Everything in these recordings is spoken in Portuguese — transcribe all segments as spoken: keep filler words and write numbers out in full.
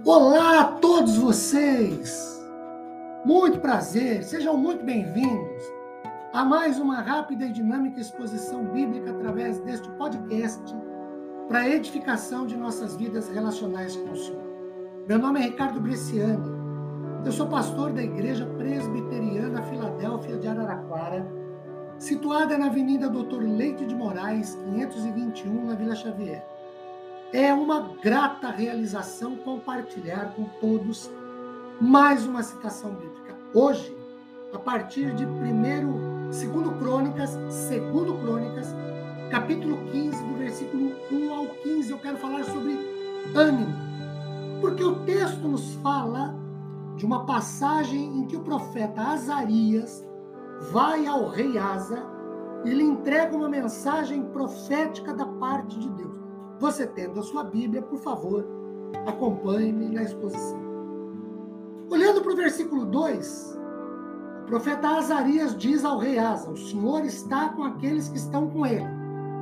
Olá a todos vocês! Muito prazer, sejam muito bem-vindos a mais uma rápida e dinâmica exposição bíblica através deste podcast para a edificação de nossas vidas relacionais com o Senhor. Meu nome é Ricardo Bresciani, eu sou pastor da Igreja Presbiteriana Filadélfia de Araraquara, situada na Avenida doutor Leite de Moraes, quinhentos e vinte e um, na Vila Xavier. É uma grata realização compartilhar com todos mais uma citação bíblica. Hoje, a partir de primeiro, segundo Crônicas, segundo Crônicas, capítulo quinze, do versículo um ao quinze, eu quero falar sobre ânimo. Porque o texto nos fala de uma passagem em que o profeta Azarias vai ao rei Asa e lhe entrega uma mensagem profética da parte de Deus. Você tendo a sua Bíblia, por favor, acompanhe-me na exposição. Olhando para o versículo dois, o profeta Azarias diz ao rei Asa: o Senhor está com aqueles que estão com ele.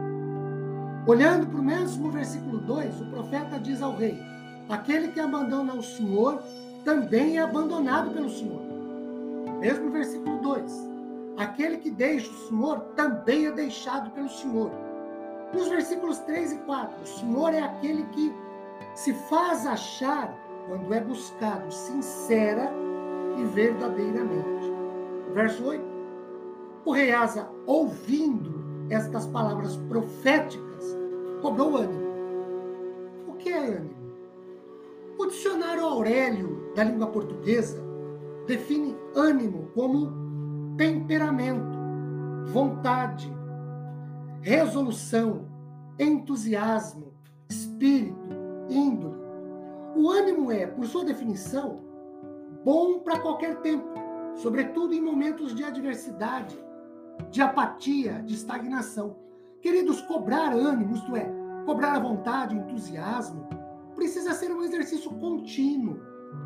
Olhando para o mesmo versículo dois, o profeta diz ao rei: aquele que abandona o Senhor também é abandonado pelo Senhor. Mesmo versículo dois, aquele que deixa o Senhor também é deixado pelo Senhor. Nos versículos três e quatro, o Senhor é aquele que se faz achar quando é buscado sincera e verdadeiramente. Verso oito, o rei Asa, ouvindo estas palavras proféticas, cobrou ânimo. O que é ânimo? O dicionário Aurélio da língua portuguesa define ânimo como temperamento, vontade, resolução, entusiasmo, espírito, índole. O ânimo é, por sua definição, bom para qualquer tempo, sobretudo em momentos de adversidade, de apatia, de estagnação. Queridos, cobrar ânimo, isto é, cobrar a vontade, o entusiasmo, precisa ser um exercício contínuo.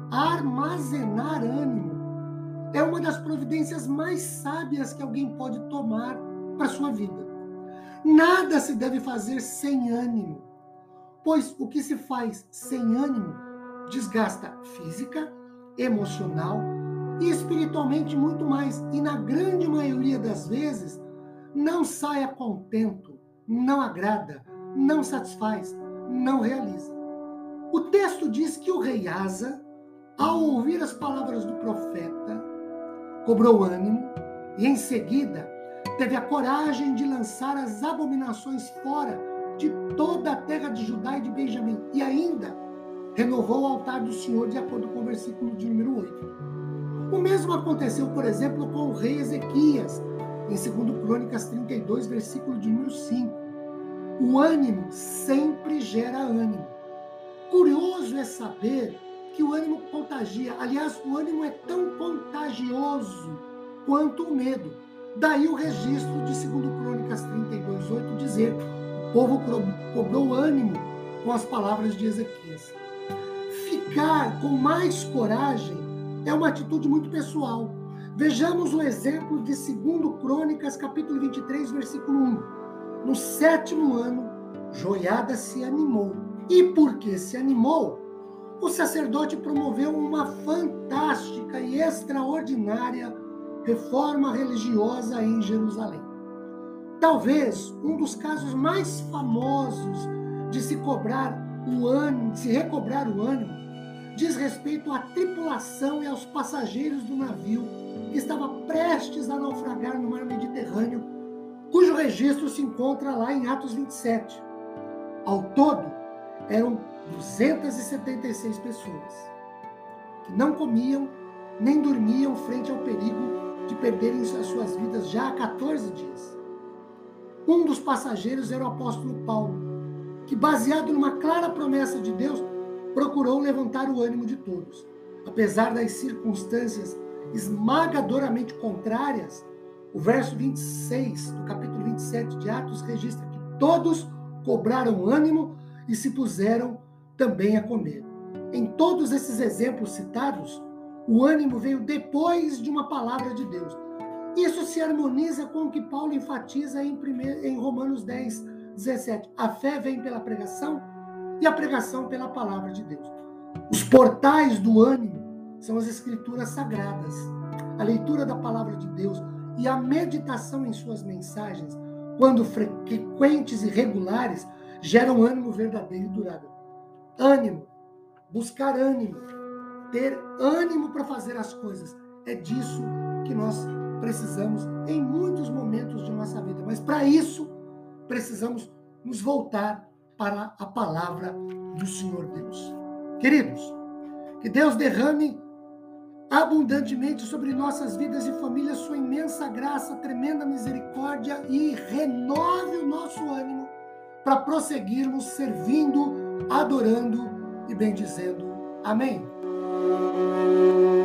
Armazenar ânimo é uma das providências mais sábias que alguém pode tomar para a sua vida. Nada se deve fazer sem ânimo, pois o que se faz sem ânimo desgasta física, emocional e espiritualmente muito mais. E na grande maioria das vezes, não sai a contento, não agrada, não satisfaz, não realiza. O texto diz que o rei Asa, ao ouvir as palavras do profeta, cobrou ânimo e em seguida teve a coragem de lançar as abominações fora de toda a terra de Judá e de Benjamim. E ainda renovou o altar do Senhor, de acordo com o versículo de número oito. O mesmo aconteceu, por exemplo, com o rei Ezequias, em segundo Crônicas trinta e dois, versículo de número cinco. O ânimo sempre gera ânimo. Curioso é saber que o ânimo contagia. Aliás, o ânimo é tão contagioso quanto o medo. Daí o registro de segundo Crônicas trinta e dois, oito dizer: o povo cobrou ânimo com as palavras de Ezequias. Ficar com mais coragem é uma atitude muito pessoal. Vejamos o exemplo de segundo Crônicas, capítulo vinte e três, versículo um. No sétimo ano, Joiada se animou. E porque se animou, o sacerdote promoveu uma fantástica e extraordinária reforma religiosa em Jerusalém. Talvez um dos casos mais famosos de se cobrar o ânimo, de se recobrar o ânimo, diz respeito à tripulação e aos passageiros do navio que estava prestes a naufragar no mar Mediterrâneo, cujo registro se encontra lá em Atos vinte e sete. Ao todo, eram duzentas e setenta e seis pessoas que não comiam nem dormiam frente ao perigo de perderem as suas vidas já há quatorze dias. Um dos passageiros era o apóstolo Paulo, que, baseado numa clara promessa de Deus, procurou levantar o ânimo de todos. Apesar das circunstâncias esmagadoramente contrárias, o verso vinte e seis do capítulo vinte e sete de Atos registra que todos cobraram ânimo e se puseram também a comer. Em todos esses exemplos citados, o ânimo veio depois de uma palavra de Deus. Isso se harmoniza com o que Paulo enfatiza em, primeiro, em Romanos dez, dezessete. A fé vem pela pregação e a pregação pela palavra de Deus. Os portais do ânimo são as escrituras sagradas, a leitura da palavra de Deus e a meditação em suas mensagens, quando frequentes e regulares, geram ânimo verdadeiro e duradouro. Ânimo, buscar ânimo, ter ânimo para fazer as coisas. É disso que nós precisamos em muitos momentos de nossa vida. Mas para isso, precisamos nos voltar para a palavra do Senhor Deus. Queridos, que Deus derrame abundantemente sobre nossas vidas e famílias sua imensa graça, tremenda misericórdia e renove o nosso ânimo para prosseguirmos servindo, adorando e bendizendo. Amém?